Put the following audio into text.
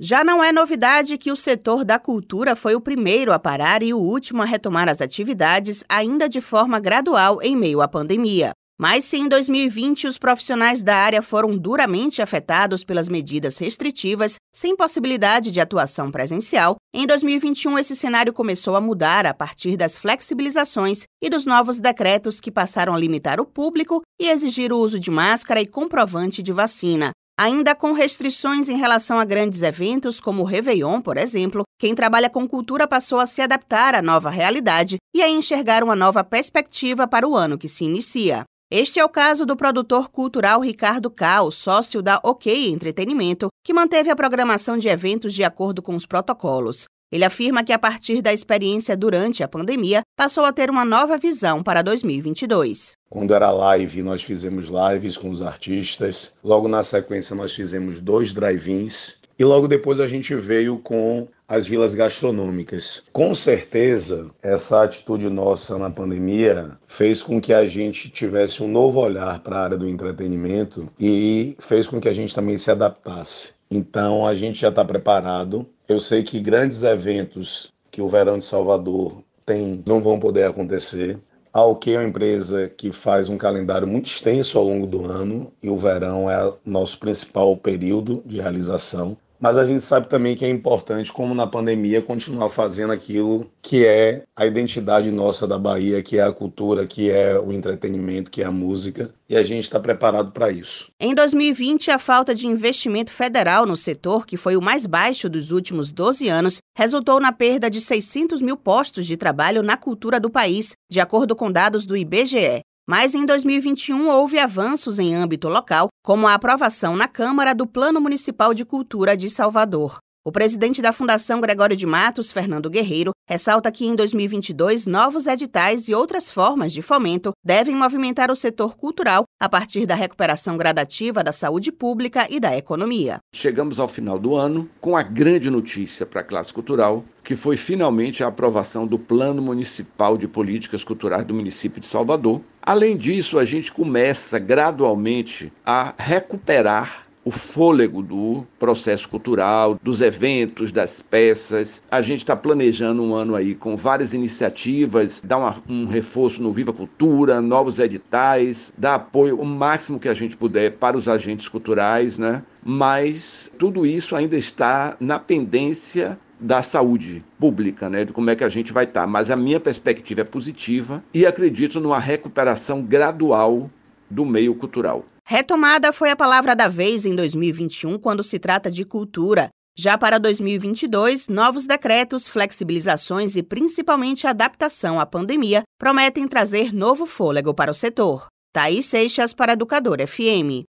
Já não é novidade que o setor da cultura foi o primeiro a parar e o último a retomar as atividades, ainda de forma gradual em meio à pandemia. Mas se em 2020 os profissionais da área foram duramente afetados pelas medidas restritivas, sem possibilidade de atuação presencial, em 2021 esse cenário começou a mudar a partir das flexibilizações e dos novos decretos que passaram a limitar o público e exigir o uso de máscara e comprovante de vacina. Ainda com restrições em relação a grandes eventos como o Réveillon, por exemplo, quem trabalha com cultura passou a se adaptar à nova realidade e a enxergar uma nova perspectiva para o ano que se inicia. Este é o caso do produtor cultural Ricardo Cal, sócio da OK Entretenimento, que manteve a programação de eventos de acordo com os protocolos. Ele afirma que, a partir da experiência durante a pandemia, passou a ter uma nova visão para 2022. Quando era live, nós fizemos lives com os artistas. Logo na sequência, nós fizemos 2 drive-ins. E logo depois a gente veio com as vilas gastronômicas. Com certeza, essa atitude nossa na pandemia fez com que a gente tivesse um novo olhar para a área do entretenimento e fez com que a gente também se adaptasse. Então, a gente já está preparado. Eu sei que grandes eventos que o Verão de Salvador tem não vão poder acontecer. A OK é uma empresa que faz um calendário muito extenso ao longo do ano e o verão é o nosso principal período de realização. Mas a gente sabe também que é importante, como na pandemia, continuar fazendo aquilo que é a identidade nossa da Bahia, que é a cultura, que é o entretenimento, que é a música, e a gente está preparado para isso. Em 2020, a falta de investimento federal no setor, que foi o mais baixo dos últimos 12 anos, resultou na perda de 600 mil postos de trabalho na cultura do país, de acordo com dados do IBGE. Mas em 2021 houve avanços em âmbito local, como a aprovação na Câmara do Plano Municipal de Cultura de Salvador. O presidente da Fundação Gregório de Matos, Fernando Guerreiro, ressalta que em 2022 novos editais e outras formas de fomento devem movimentar o setor cultural a partir da recuperação gradativa da saúde pública e da economia. Chegamos ao final do ano com a grande notícia para a classe cultural, que foi finalmente a aprovação do Plano Municipal de Políticas Culturais do município de Salvador. Além disso, a gente começa gradualmente a recuperar o fôlego do processo cultural, dos eventos, das peças. A gente está planejando um ano aí com várias iniciativas, dar um reforço no Viva Cultura, novos editais, dar apoio o máximo que a gente puder para os agentes culturais, né? Mas tudo isso ainda está na pendência da saúde pública, né? De como é que a gente vai estar. Mas a minha perspectiva é positiva e acredito numa recuperação gradual do meio cultural. Retomada foi a palavra da vez em 2021 quando se trata de cultura. Já para 2022, novos decretos, flexibilizações e principalmente adaptação à pandemia prometem trazer novo fôlego para o setor. Thaís Seixas para Educador FM.